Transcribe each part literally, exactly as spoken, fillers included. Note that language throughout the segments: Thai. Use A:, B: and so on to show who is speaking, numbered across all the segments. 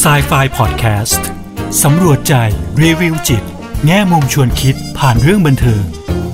A: Sci-Fi Podcast สำรวจใจรีวิวจิตแง่มุมชวนคิดผ่านเรื่องบันเทิง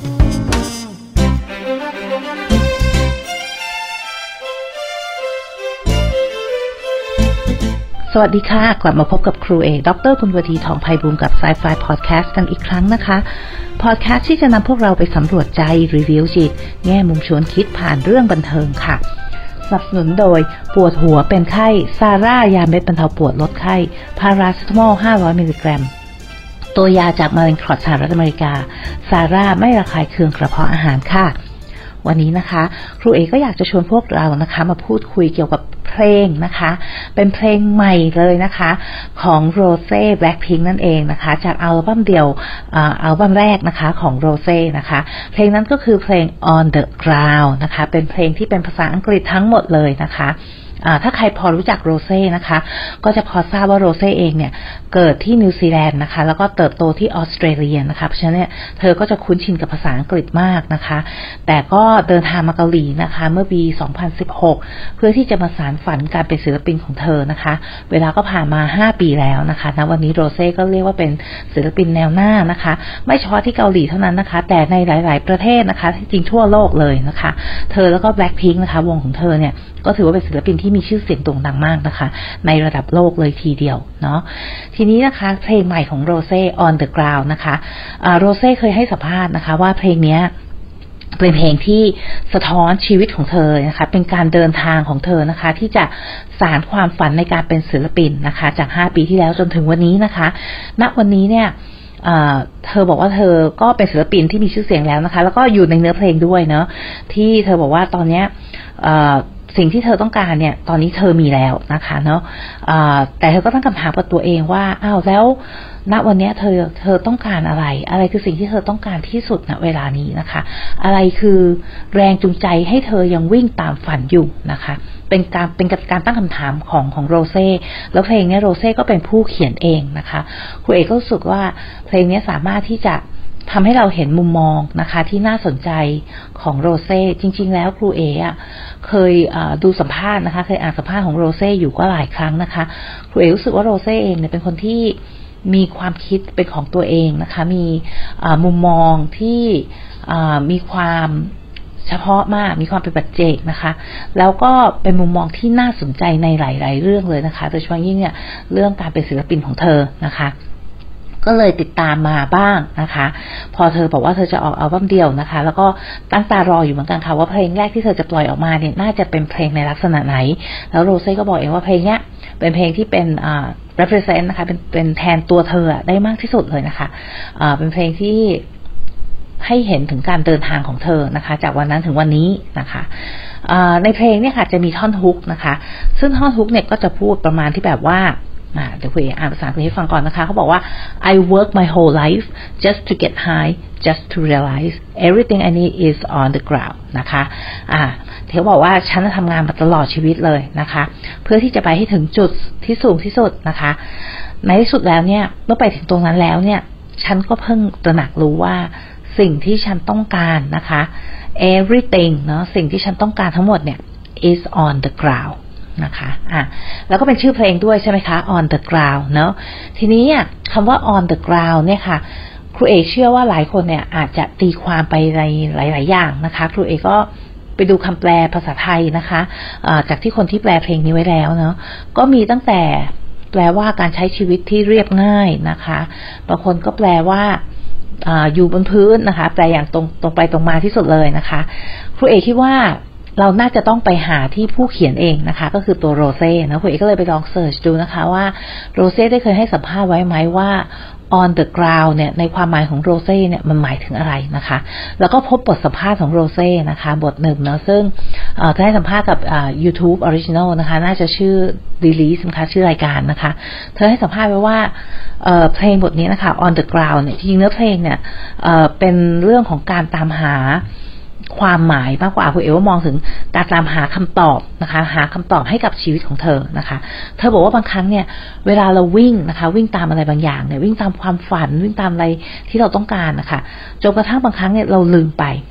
B: สวัสดีค่ะกลับมาพบกับครูเอดร.กุลวดีทองไพบูลย์กับ Sci-Fi Podcast กันอีกครั้งนะคะพอดแคสต์ที่จะนำพวกเราไปสำรวจใจรีวิวจิตแง่มุมชวนคิดผ่านเรื่องบันเทิงค่ะสนับสนุนโดยปวดหัวเป็นไข้ซาร่ายาเม็ดบรรเทาปวดลดไข้พาราเซตามอลห้าร้อยมิลลิกรัมตัวยาจากมะเร็งคลอดสหรัฐอเมริกาซาร่าไม่ระคายเคืองกระเพาะอาหารค่ะวันนี้นะคะครูเอก็อยากจะชวนพวกเรานะคะมาพูดคุยเกี่ยวกับเพลงนะคะเป็นเพลงใหม่เลยนะคะของ Rosé Blackpink นั่นเองนะคะจากอัลบั้มเดี่ยวอัลบั้มแรกนะคะของ Rosé นะคะเพลงนั้นก็คือเพลง On the Ground นะคะเป็นเพลงที่เป็นภาษาอังกฤษทั้งหมดเลยนะคะถ้าใครพอรู้จักโรเซ่นะคะก็จะพอทราบว่าโรเซ่เองเนี่ยเกิดที่นิวซีแลนด์นะคะแล้วก็เติบโตที่ออสเตรเลียนะคะเพราะฉะนั้นเนี่ยเธอก็จะคุ้นชินกับภาษาอังกฤษมากนะคะแต่ก็เดินทางมาเกาหลีนะคะเมื่อปีสองพันสิบหกเพื่อที่จะมาสานฝันการเป็นศิลปินของเธอนะคะเวลาก็ผ่านมาห้าปีแล้วนะคะณวันนี้โรเซ่ก็เรียกว่าเป็นศิลปินแนวหน้านะคะไม่เฉพาะที่เกาหลีเท่านั้นนะคะแต่ในหลายๆประเทศนะคะจริงทั่วโลกเลยนะคะเธอแล้วก็ Blackpink นะคะวงของเธอเนี่ยก็ถือว่าเป็นศิลปินที่มีชื่อเสียงโด่งดังมากนะคะในระดับโลกเลยทีเดียวเนาะทีนี้นะคะเพลงใหม่ของ Rosé On the Ground นะคะอ่า Rosé เคยให้สัมภาษณ์นะคะว่าเพลงนี้เป็นเพลงที่สะท้อนชีวิตของเธอนะคะเป็นการเดินทางของเธอนะคะที่จะสานความฝันในการเป็นศิลปินนะคะจากห้าปีที่แล้วจนถึงวันนี้นะคะณวันนี้เนี่ยเธอบอกว่าเธอก็เป็นศิลปินที่มีชื่อเสียงแล้วนะคะแล้วก็อยู่ในเนื้อเพลงด้วยเนาะที่เธอบอกว่าตอนนี้สิ่งที่เธอต้องการเนี่ยตอนนี้เธอมีแล้วนะคะเนาะแต่เธอก็ตั้งคำถามกับตัวเองว่าอ้าวแล้วณวันนี้เธอเธอต้องการอะไรอะไรคือสิ่งที่เธอต้องการที่สุดณเวลานี้นะคะอะไรคือแรงจูงใจให้เธอยังวิ่งตามฝันอยู่นะคะเป็นการเป็นการตั้งคำถามของของโรเซ่แล้วเพลงนี้โรเซ่ก็เป็นผู้เขียนเองนะคะครูเอกก็รู้สึกว่าเพลงนี้สามารถที่จะทำให้เราเห็นมุมมองนะคะที่น่าสนใจของโรเซ่จริงๆแล้วครูเออ่ะเคยดูสัมภาษณ์นะคะเคยอ่านสัมภาษณ์ของโรเซ่อยู่ก็หลายครั้งนะคะครูเอรู้สึกว่าโรเซ่เองเนี่ยเป็นคนที่มีความคิดเป็นของตัวเองนะคะมีมุมมองที่มีความเฉพาะมากมีความเป็นปัจเจกนะคะแล้วก็เป็นมุมมองที่น่าสนใจในหลายๆเรื่องเลยนะคะโดยเฉพาะยิ่งเนี่ยเรื่องการเป็นศิลปินของเธอนะคะก็เลยติดตามมาบ้างนะคะพอเธอบอกว่าเธอจะออกอัลบั้มเดี่ยวนะคะแล้วก็ตั้งตารออยู่เหมือนกันค่ะว่าเพลงแรกที่เธอจะปล่อยออกมาเนี่ยน่าจะเป็นเพลงในลักษณะไหนแล้วโรเซ่ก็บอกเองว่าเพลงเนี้ยเป็นเพลงที่เป็นอ่า represent นะคะเป็นเป็นแทนตัวเธอได้มากที่สุดเลยนะคะอ่าเป็นเพลงที่ให้เห็นถึงการเดินทางของเธอนะคะจากวันนั้นถึงวันนี้นะคะในเพลงเนี่ยค่ะจะมีท่อนฮุกนะคะซึ่งท่อนฮุกเนี่ยก็จะพูดประมาณที่แบบว่าเดี๋ยวคุยอ่านภาษาอังกฤษให้ฟังก่อนนะคะเขาบอกว่า I work my whole life just to get high just to realize everything I need is on the ground นะคะอ่าเธอบอกว่าฉันทำงานมาตลอดชีวิตเลยนะคะเพื่อที่จะไปให้ถึงจุดที่สูงที่สุดนะคะในที่สุดแล้วเนี่ยเมื่อไปถึงตรงนั้นแล้วเนี่ยฉันก็เพิ่งตระหนักรู้ว่าสิ่งที่ฉันต้องการนะคะ everything เนาะสิ่งที่ฉันต้องการทั้งหมดเนี่ย is on the ground นะคะอ่ะแล้วก็เป็นชื่อเพลงด้วยใช่ไหมคะ on the ground เนาะทีนี้คำว่า on the ground เนี่ยค่ะครูเอเชื่อว่าหลายคนเนี่ยอาจจะตีความไปในหลายๆอย่างนะคะครูเอก็ไปดูคำแปลภาษาไทยนะคะจากที่คนที่แปลเพลงนี้ไว้แล้วเนาะก็มีตั้งแต่แปลว่าการใช้ชีวิตที่เรียบง่ายนะคะบางคนก็แปลว่าอยู่บนพื้นนะคะแปลอย่างตรงตรงไปตรงมาที่สุดเลยนะคะครูเอคิดว่าเราน่าจะต้องไปหาที่ผู้เขียนเองนะคะก็คือตัวโรเซ่นะครูเอก็เลยไปลองเสิร์ชดูนะคะว่าโรเซ่ได้เคยให้สัมภาษณ์ไว้ไหมว่า on the ground เนี่ยในความหมายของโรเซ่เนี่ยมันหมายถึงอะไรนะคะแล้วก็พบบทสัมภาษณ์ของโรเซ่นะคะบทหนึ่งเนาะซึ่งเธอให้สัมภาษณ์กับ YouTube Original นะคะน่าจะชื่อ Release นะคะชื่อรายการนะคะเธอให้สัมภาษณ์ไว้ว่าเพลงบทนี้นะคะ on the ground เนี่ยจริงๆเนื้อเพลงเนี่ยเป็นเรื่องของการตามหาความหมายมากกว่าคุณเอ๋ว่ามองถึงการตามหาคำตอบนะคะหาคำตอบให้กับชีวิตของเธอนะคะเธอบอกว่าบางครั้งเนี่ยเวลาเราวิ่งนะคะวิ่งตามอะไรบางอย่างเนี่ยวิ่งตามความฝันวิ่งตามอะไรที่เราต้องการนะคะจนกระทั่งบางครั้งเนี่ยเราลืมไป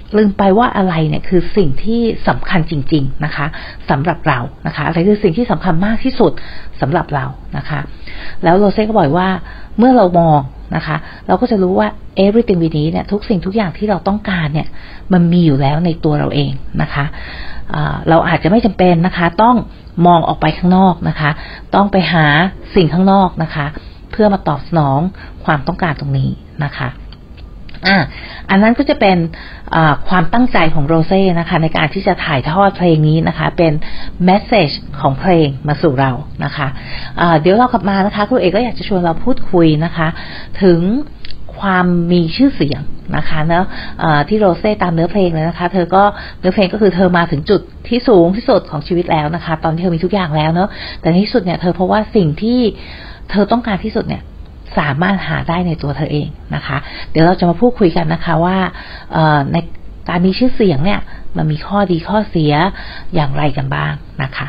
B: ลืมไปว่าอะไรเนี่ยคือสิ่งที่สำคัญจริงๆนะคะสำหรับเรานะคะอะไรคือสิ่งที่สำคัญมากที่สุดสำหรับเรานะคะแล้วโรเซ่ก็บอกว่าเมื่อเรามองนะคะเราก็จะรู้ว่า everything we need เนี่ยทุกสิ่งทุกอย่างที่เราต้องการเนี่ยมันมีอยู่แล้วในตัวเราเองนะคะเราอาจจะไม่จำเป็นนะคะต้องมองออกไปข้างนอกนะคะต้องไปหาสิ่งข้างนอกนะคะเพื่อมาตอบสนองความต้องการตรงนี้นะคะอ่าอันนั้นก็จะเป็นความตั้งใจของโรเซ่นะคะในการที่จะถ่ายทอดเพลงนี้นะคะเป็นเมสเสจของเพลงมาสู่เรานะคะะเดี๋ยวเรากลับมานะคะครูเอกก็อยากจะชวนเราพูดคุยนะคะถึงความมีชื่อเสียงนะคะเนาะที่โรเซ่ตามเนื้อเพลงเลยนะคะเธอก็เนื้อเพลงก็คือเธอมาถึงจุดที่สูงที่สุดของชีวิตแล้วนะคะตอนที่เธอมีทุกอย่างแล้วเนาะแต่ในที่สุดเนี่ยเธอเพราะว่าสิ่งที่เธอต้องการที่สุดเนี่ยสามารถหาได้ในตัวเธอเองนะคะเดี๋ยวเราจะมาพูดคุยกันนะคะว่าในการมีชื่อเสียงเนี่ยมันมีข้อดีข้อเสียอย่างไรกันบ้างนะคะ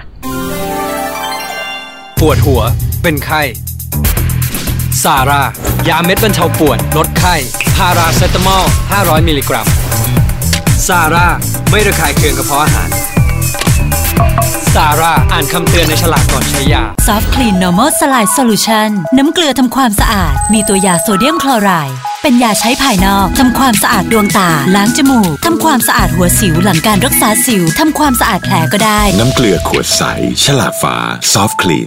C: ปวดหัวเป็นไข้ซาร่ายาเม็ดบรรเทาปวดลดไข้พาราเซตามอลห้าร้อยมิลลิกรัมซาร่าไม่ระคายเคืองกระเพาะอาหารซาร่าอ่านคำเตือนในฉลากก่อนใช้ยา
D: Soft Clean Normal Saline Solution น้ำเกลือทำความสะอาดมีตัวยาโซเดียมคลอไรด์เป็นยาใช้ภายนอกทำความสะอาดดวงตาล้างจมูกทำความสะอาดหัวสิวหลังการรักษาสิวทำความสะอาดแผลก็ได้
E: น้ำเกลือขวดใสฉลากฝา Soft Clean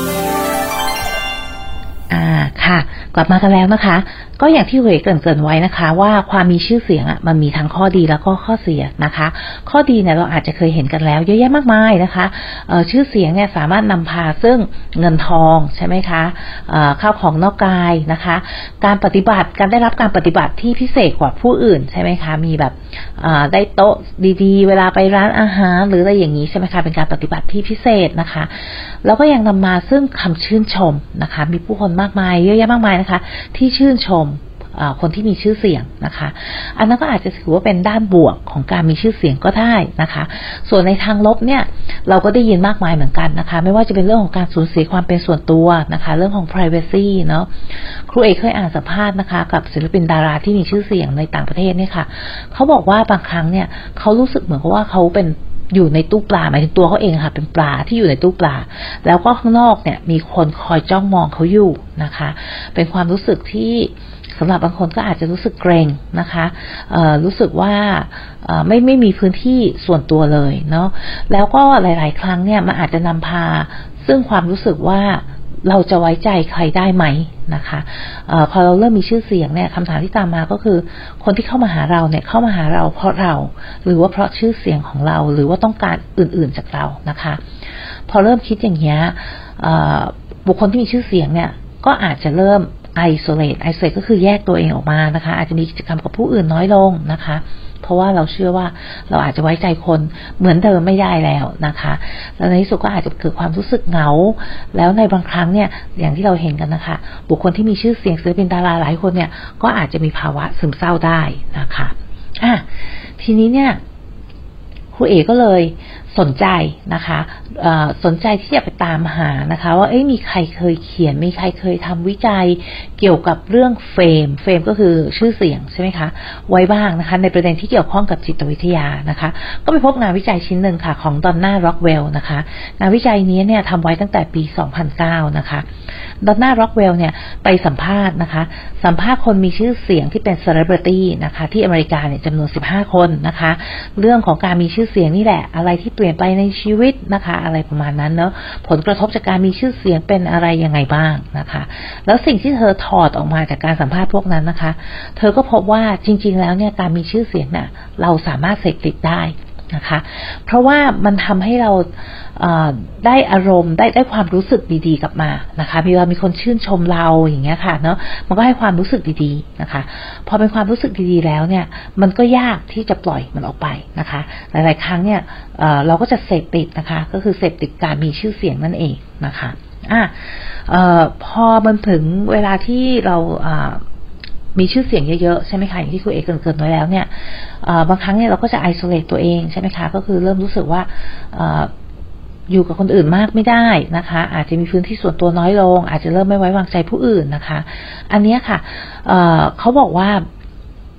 B: อ่าค่ะกลับมากันแล้วนะคะก็อย่างที่เวเกริ่นๆไว้นะคะว่าความมีชื่อเสียงอ่ะมันมีทั้งข้อดีแล้วก็ข้อเสียนะคะข้อดีเนี่ยเราอาจจะเคยเห็นกันแล้วเยอะแยะมากมายนะคะเอ่อชื่อเสียงเนี่ยสามารถนำพาซึ่งเงินทองใช่ไหมคะเอ่อข้าวของนอกกายนะคะการปฏิบัติการได้รับการปฏิบัติที่พิเศษกว่าผู้อื่นใช่ไหมคะมีแบบเอ่อได้โต๊ะดีๆเวลาไปร้านอาหารหรืออะไรอย่างนี้ใช่ไหมคะเป็นการปฏิบัติที่พิเศษนะคะแล้วก็ยังนำมาซึ่งคำชื่นชมนะคะมีผู้คนมากมายเยอะแยะมากมายนะคะที่ชื่นชมคนที่มีชื่อเสียงนะคะอันนั้นก็อาจจะถือว่าเป็นด้านบวกของการมีชื่อเสียงก็ได้นะคะส่วนในทางลบเนี่ยเราก็ได้ยินมากมายเหมือนกันนะคะไม่ว่าจะเป็นเรื่องของการสูญเสียความเป็นส่วนตัวนะคะเรื่องของ privacy เนาะครูเอกเคยอ่านสัมภาษณ์นะคะกับศิลปินดาราที่มีชื่อเสียงในต่างประเทศเนี่ยค่ะเขาบอกว่าบางครั้งเนี่ยเขารู้สึกเหมือนกับว่าเขาเป็นอยู่ในตู้ปลาหมายถึงตัวเขาเองค่ะเป็นปลาที่อยู่ในตู้ปลาแล้วก็ข้างนอกเนี่ยมีคนคอยจ้องมองเขาอยู่นะคะเป็นความรู้สึกที่สำหรับบางคนก็อาจจะรู้สึกเกรงนะคะรู้สึกว่าไม่ไม่มีพื้นที่ส่วนตัวเลยเนาะแล้วก็หลายๆครั้งเนี่ยมันอาจจะนำพาซึ่งความรู้สึกว่าเราจะไว้ใจใครได้ไหมนะคะเอ่อพอเราเริ่มมีชื่อเสียงเนี่ยคำถามที่ตามมาก็คือคนที่เข้ามาหาเราเนี่ยเข้ามาหาเราเพราะเราหรือว่าเพราะชื่อเสียงของเราหรือว่าต้องการอื่นๆจากเรานะคะพอเริ่มคิดอย่างเงี้ยบุคคลที่มีชื่อเสียงเนี่ยก็อาจจะเริ่มisolate isolate ก็คือแยกตัวเองออกมานะคะอาจจะมีกิจกรรมกับผู้อื่นน้อยลงนะคะเพราะว่าเราเชื่อว่าเราอาจจะไว้ใจคนเหมือนเดิมไม่ได้แล้วนะคะแล้วในที่สุดก็อาจจะเกิดความรู้สึกเหงาแล้วในบางครั้งเนี่ยอย่างที่เราเห็นกันนะคะบุคคลที่มีชื่อเสียงศิลปินดาราหลายคนเนี่ยก็อาจจะมีภาวะซึมเศร้าได้นะคะอ่ะทีนี้เนี่ยครูเอก็เลยสนใจนะคะสนใจที่จะไปตามหานะคะว่าเอ๊ะมีใครเคยเขียนมีใครเคยทำวิจัยเกี่ยวกับเรื่องเฟมเฟมก็คือชื่อเสียงใช่ไหมคะไว้บ้างนะคะในประเด็นที่เกี่ยวข้องกับจิตวิทยานะคะก็ไปพบงานวิจัยชิ้นหนึ่งค่ะของดอนน่าร็อกเวลล์นะคะงานวิจัยนี้เนี่ยทำไว้ตั้งแต่ปีสองพันเก้านะคะดอนน่าร็อกเวลล์เนี่ยไปสัมภาษณ์นะคะสัมภาษณ์คนมีชื่อเสียงที่เป็นเซเลบริตี้นะคะที่อเมริกาเนี่ยจำนวนสิบห้าคนนะคะเรื่องของการมีชื่อเสียงนี่แหละอะไรที่เปลี่ยนไปในชีวิตนะคะอะไรประมาณนั้นเนาะผลกระทบจากการมีชื่อเสียงเป็นอะไรยังไงบ้างนะคะแล้วสิ่งที่เธอถอดออกมาจากการสัมภาษณ์พวกนั้นนะคะเธอก็พบว่าจริงๆแล้วเนี่ยการมีชื่อเสียงเนี่ยเราสามารถเสพติดได้นะคะเพราะว่ามันทำให้เราได้อารมณ์ได้ได้ความรู้สึกดีๆกลับมานะคะมีเรามีคนชื่นชมเราอย่างเงี้ยค่ะเนาะมันก็ให้ความรู้สึกดีๆนะคะพอเป็นความรู้สึกดีๆแล้วเนี่ยมันก็ยากที่จะปล่อยมันออกไปนะคะหลายๆครั้งเนี่ยเอ่อเราก็จะเสพติดนะคะก็คือเสพติดการมีชื่อเสียงนั่นเองนะคะอ่ะเอ่อพอมันถึงเวลาที่เราอ่ามีชื่อเสียงเยอะๆใช่ไหมคะอย่างที่คุณเอกเกริ่นๆไว้แล้วเนี่ยบางครั้งเนี่ยเราก็จะไอโซเลตตัวเองใช่ไหมคะก็คือเริ่มรู้สึกว่าอยู่กับคนอื่นมากไม่ได้นะคะอาจจะมีพื้นที่ส่วนตัวน้อยลงอาจจะเริ่มไม่ไว้วางใจผู้อื่นนะคะอันนี้ค่ะ เอ่อ เขาบอกว่า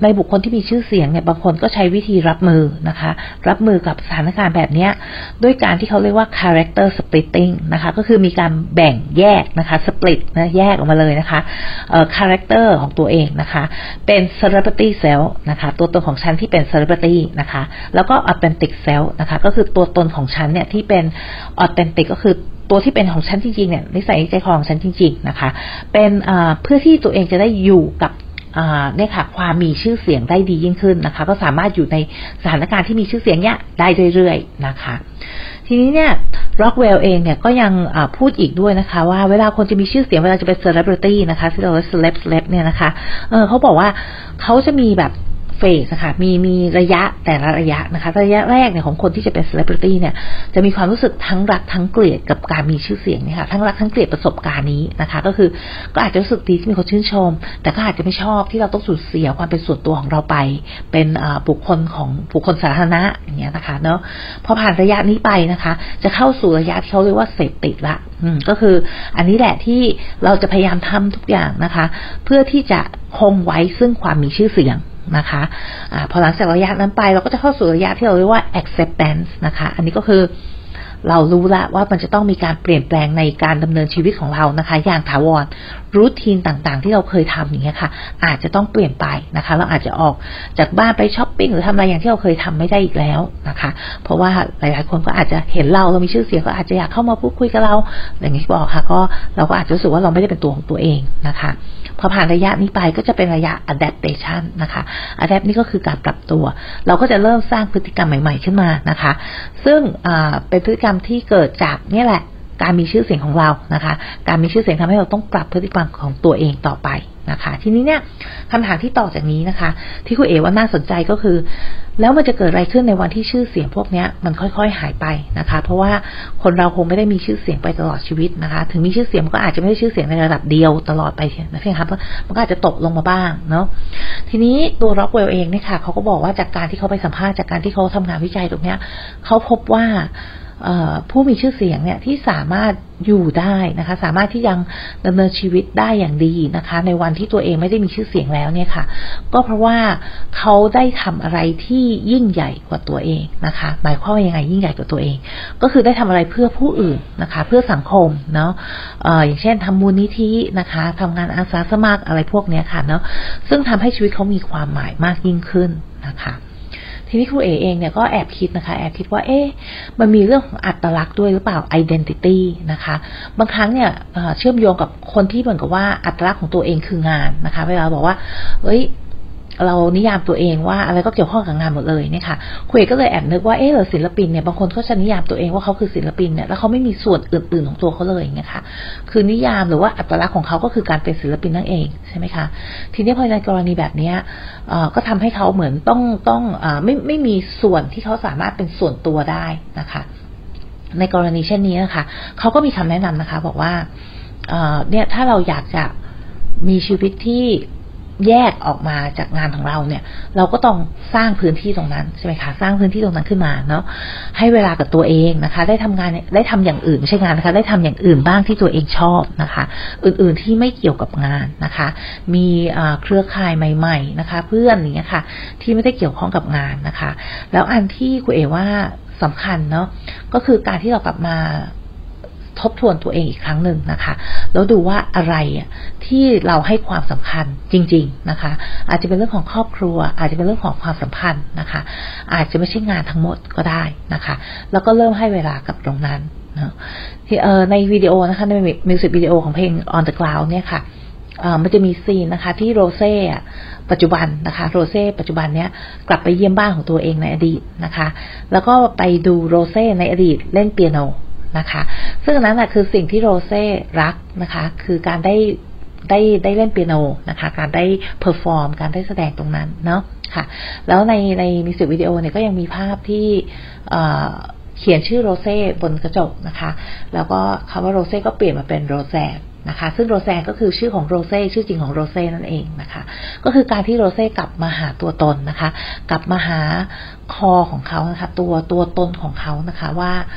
B: ในบุคคลที่มีชื่อเสียงเนี่ยบางคนก็ใช้วิธีรับมือนะคะรับมือกับสถานการณ์แบบนี้ด้วยการที่เขาเรียกว่า character splitting นะคะก็คือมีการแบ่งแยกนะคะ split นะแยกออกมาเลยนะคะเอ่อ character ของตัวเองนะคะเป็น celebrity self นะคะตัวตนของฉันที่เป็น celebrity นะคะแล้วก็ authentic self นะคะก็คือตัวตนของฉันเนี่ยที่เป็น authentic ก็คือตัวที่เป็นของฉันจริงๆเนี่ยนิสัยใจคอของฉันจริงๆนะคะเป็นเพื่อที่ตัวเองจะได้อยู่กับเนี่ยค่ะความมีชื่อเสียงได้ดียิ่งขึ้นนะคะก็สามารถอยู่ในสถานการณ์ที่มีชื่อเสียงเนี่ยได้เรื่อยๆนะคะทีนี้เนี่ยร็อกเวลเองเนี่ยก็ยังพูดอีกด้วยนะคะว่าเวลาคนจะมีชื่อเสียงเวลาจะเป็นเซเลบริตี้นะคะที่เราเรียกเซเลบเซเลบเนี่ยนะคะเออเขาบอกว่าเขาจะมีแบบเฟสนะคะมีมีระยะแต่ละระยะนะคะระยะแรกเนี่ยของคนที่จะเป็นเซเลบริตี้เนี่ยจะมีความรู้สึกทั้งรักทั้งเกลียดกับการมีชื่อเสียงเนี่ยค่ะทั้งรักทั้งเกลียดประสบการณ์นี้นะคะก็คือก็อาจจะรู้สึกดีที่มีคนชื่นชมแต่ก็อาจจะไม่ชอบที่เราต้องสูญเสียความเป็นส่วนตัวของเราไปเป็นบุคคลของบุคคลสาธารณะอย่างเงี้ยนะคะเนาะพอผ่านระยะนี้ไปนะคะจะเข้าสู่ระยะที่เขาเรียกว่าเสพติดละก็คืออันนี้แหละที่เราจะพยายามทำทุกอย่างนะคะเพื่อที่จะคงไว้ซึ่งความมีชื่อเสียงนะคะอ่าพอหลังจากระยะนั้นไปเราก็จะเข้าสู่ระยะที่เราเรียกว่า acceptance นะคะอันนี้ก็คือเรารู้แล้วว่ามันจะต้องมีการเปลี่ยนแปลงในการดำเนินชีวิตของเรานะคะอย่างถาวรรูทีนต่างๆที่เราเคยทำอย่างเงี้ยค่ะอาจจะต้องเปลี่ยนไปนะคะเราอาจจะออกจากบ้านไปช้อปปิ้งหรือทำอะไรอย่างที่เราเคยทำไม่ได้อีกแล้วนะคะเพราะว่าหลายๆคนก็อาจจะเห็นเราเรามีชื่อเสียงก็อาจจะอยากเข้ามาพูดคุยกับเราอย่างที่บอกค่ะก็เราก็อาจจะรู้สึกว่าเราไม่ได้เป็นตัวของตัวเองนะคะพอผ่านระยะนี้ไปก็จะเป็นระยะ adaptation นะคะ adapt นี่ก็คือการปรับตัวเราก็จะเริ่มสร้างพฤติกรรมใหม่ๆขึ้นมานะคะซึ่งเป็นพฤติกรรมที่เกิดจากนี่แหละการมีชื่อเสียงของเรานะคะการมีชื่อเสียงทำให้เราต้องปรับพฤติกรรมของตัวเองต่อไปนะคะทีนี้เนี่ยคำถามที่ต่อจากนี้นะคะที่คุณเอ๋ว่าน่าสนใจก็คือแล้วมันจะเกิดอะไรขึ้นในวันที่ชื่อเสียงพวกนี้มันค่อยๆหายไปนะคะเพราะว่าคนเราคงไม่ได้มีชื่อเสียงไปตลอดชีวิตนะคะถึงมีชื่อเสียงมันก็อาจจะไม่ได้ชื่อเสียงในระดับเดียวตลอดไปนะครับมันก็อาจจะตกลงมาบ้างเนาะทีนี้ตัวร็อกเวลเองเนี่ยค่ะเขาก็บอกว่าจากการที่เขาไปสัมภาษณ์จากการที่เขาทำงานวิจัยตรงนี้เขาพบว่าผู้มีชื่อเสียงเนี่ยที่สามารถอยู่ได้นะคะสามารถที่ยังดำเนินชีวิตได้อย่างดีนะคะในวันที่ตัวเองไม่ได้มีชื่อเสียงแล้วเนี่ยค่ะก็เพราะว่าเขาได้ทำอะไรที่ยิ่งใหญ่กว่าตัวเองนะคะหมายความว่ายังไงยิ่งใหญ่กว่าตัวเองก็คือได้ทำอะไรเพื่อผู้อื่นนะคะเพื่อสังคมเนาะ เอ่อ อย่างเช่นทำมูลนิธินะคะทำงานอาสาสมัครอะไรพวกนี้ค่ะเนาะซึ่งทำให้ชีวิตเขามีความหมายมากยิ่งขึ้นนะคะทีนี้ครูเอเองเนี่ยก็แอบคิดนะคะแอบคิดว่าเอ๊ะมันมีเรื่องของอัตลักษณ์ด้วยหรือเปล่า identity นะคะบางครั้งเนี่ยเชื่อมโยงกับคนที่เหมือนกับว่าอัตลักษณ์ของตัวเองคืองานนะคะเวลาบอกว่าเอ้ยเรานิยามตัวเองว่าอะไรก็เกี่ยวข้องกับงานหมดเลยเนี่ยค่ะครูเอก็เลยแอบนึกว่าเออศิลปินเนี่ยบางคนเขาจะนิยามตัวเองว่าเขาคือศิลปินเนี่ยแล้วเขาไม่มีส่วนอื่นๆของตัวเขาเลยอย่างเงี้ยค่ะคือนิยามหรือว่าอัตลักษณ์ของเขาก็คือการเป็นศิลปินนั่นเองใช่ไหมคะทีนี้พอในกรณีแบบนี้ก็ทำให้เขาเหมือนต้องต้องไม่ไม่มีส่วนที่เขาสามารถเป็นส่วนตัวได้นะคะในกรณีเช่นนี้นะคะเขาก็มีคำแนะนำนะคะบอกว่าเนี่ยถ้าเราอยากจะมีชีวิตที่แยกออกมาจากงานของเราเนี่ยเราก็ต้องสร้างพื้นที่ตรงนั้นใช่ไหมคะสร้างพื้นที่ตรงนั้นขึ้นมาเนาะให้เวลากับตัวเองนะคะได้ทำงานได้ทำอย่างอื่นไม่ใช่งานนะคะได้ทำอย่างอื่นบ้างที่ตัวเองชอบนะคะอื่นๆที่ไม่เกี่ยวกับงานนะคะมีเครือข่ายใหม่ๆนะคะเพื่อนอย่างเงี้ยค่ะที่ไม่ได้เกี่ยวข้องกับงานนะคะแล้วอันที่คุณเอ๋ว่าสำคัญเนาะก็คือการที่เรากลับมาทบทวนตัวเองอีกครั้งหนึ่งนะคะแล้วดูว่าอะไรที่เราให้ความสำคัญจริงๆนะคะอาจจะเป็นเรื่องของครอบครัวอาจจะเป็นเรื่องของความสัมพันธ์นะคะอาจจะไม่ใช่งานทั้งหมดก็ได้นะคะแล้วก็เริ่มให้เวลากับตรงนั้นนะที่เอ่อในวิดีโอนะคะในมิวสิกวิดีโอของเพลง On the Cloud เนี่ยค่ะเอ่อมันจะมีซีนนะคะที่โรเซ่ปัจจุบันนะคะโรเซ่ปัจจุบันเนี้ยกลับไปเยี่ยมบ้านของตัวเองในอดีตนะคะแล้วก็ไปดูโรเซ่ในอดีตเล่นเปียโนนะคะซึ่งนั้นแหละคือสิ่งที่โรเซ่รักนะคะคือการได้ได้ได้เล่นเปียโนนะคะการได้เพอร์ฟอร์มการได้แสดงตรงนั้นเนาะค่ะแล้วในในมิวสิกวิดีโอเนี่ยก็ยังมีภาพที่เอ่อเขียนชื่อโรเซ่บนกระจกนะคะแล้วก็คำว่าโรเซ่ก็เปลี่ยนมาเป็นโรแซนนะคะซึ่งโรแซนก็คือชื่อของโรเซ่ชื่อจริงของโรเซ่นั่นเองนะคะก็คือการที่โรเซ่กลับมาหาตัวตนนะคะกลับมาหาคอของเขานะคะตัวตัวตนของเขานะคะว่า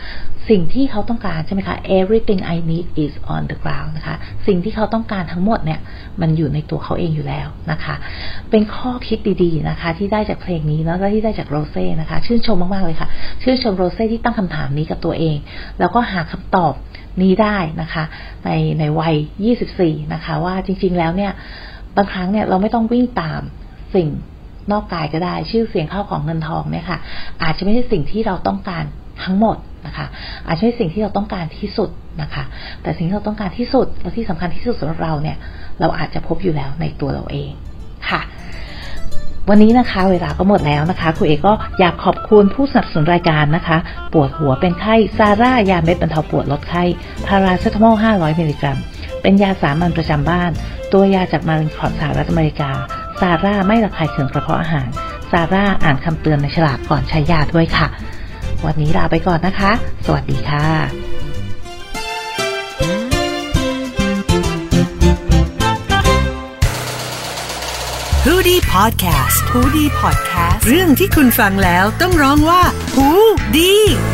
B: สิ่งที่เขาต้องการใช่ไหมคะ everything I need is on the ground นะคะสิ่งที่เขาต้องการทั้งหมดเนี่ยมันอยู่ในตัวเขาเองอยู่แล้วนะคะเป็นข้อคิดดีๆนะคะที่ได้จากเพลงนี้แล้วก็ที่ได้จากโรเซ่นะคะชื่นชมมากๆเลยค่ะชื่นชมโรเซ่ที่ตั้งคำถามนี้กับตัวเองแล้วก็หาคำตอบนี้ได้นะคะในในวัยยี่สิบสี่นะคะว่าจริงๆแล้วเนี่ยบางครั้งเนี่ยเราไม่ต้องวิ่งตามสิ่งนอกกายก็ได้ชื่อเสียงข้าวของเงินทองเนี่ยค่ะอาจจะไม่ใช่สิ่งที่เราต้องการทั้งหมดนะคะอาจจะไม่ใช่สิ่งที่เราต้องการที่สุดนะคะแต่สิ่งที่เราต้องการที่สุดและที่สำคัญที่สุดสำหรับเราเนี่ยเราอาจจะพบอยู่แล้วในตัวเราเองค่ะวันนี้นะคะเวลาก็หมดแล้วนะคะครูเอกก็อยากขอบคุณผู้สนับสนุนรายการนะคะปวดหัวเป็นไข้ซาร่ายาเม็ดบรรเทาปวดลดไข้พาราเซตามอลห้าร้อยมิลลิกรัมเป็นยาสามัญประจำบ้านตัวยาจากมารินคอร์ดสหรัฐอเมริกาซาร่าไม่ระคายเคืองกระเพาะอาหารซาร่าอ่านคำเตือนในฉลากก่อนใช้ยาด้วยค่ะวันนี้ลาไปก่อนนะคะสวัสดีค่ะ
F: ฮูดี้พอดแคสต์ฮูดี้พอดแคสต์เรื่องที่คุณฟังแล้วต้องร้องว่าฮูดี้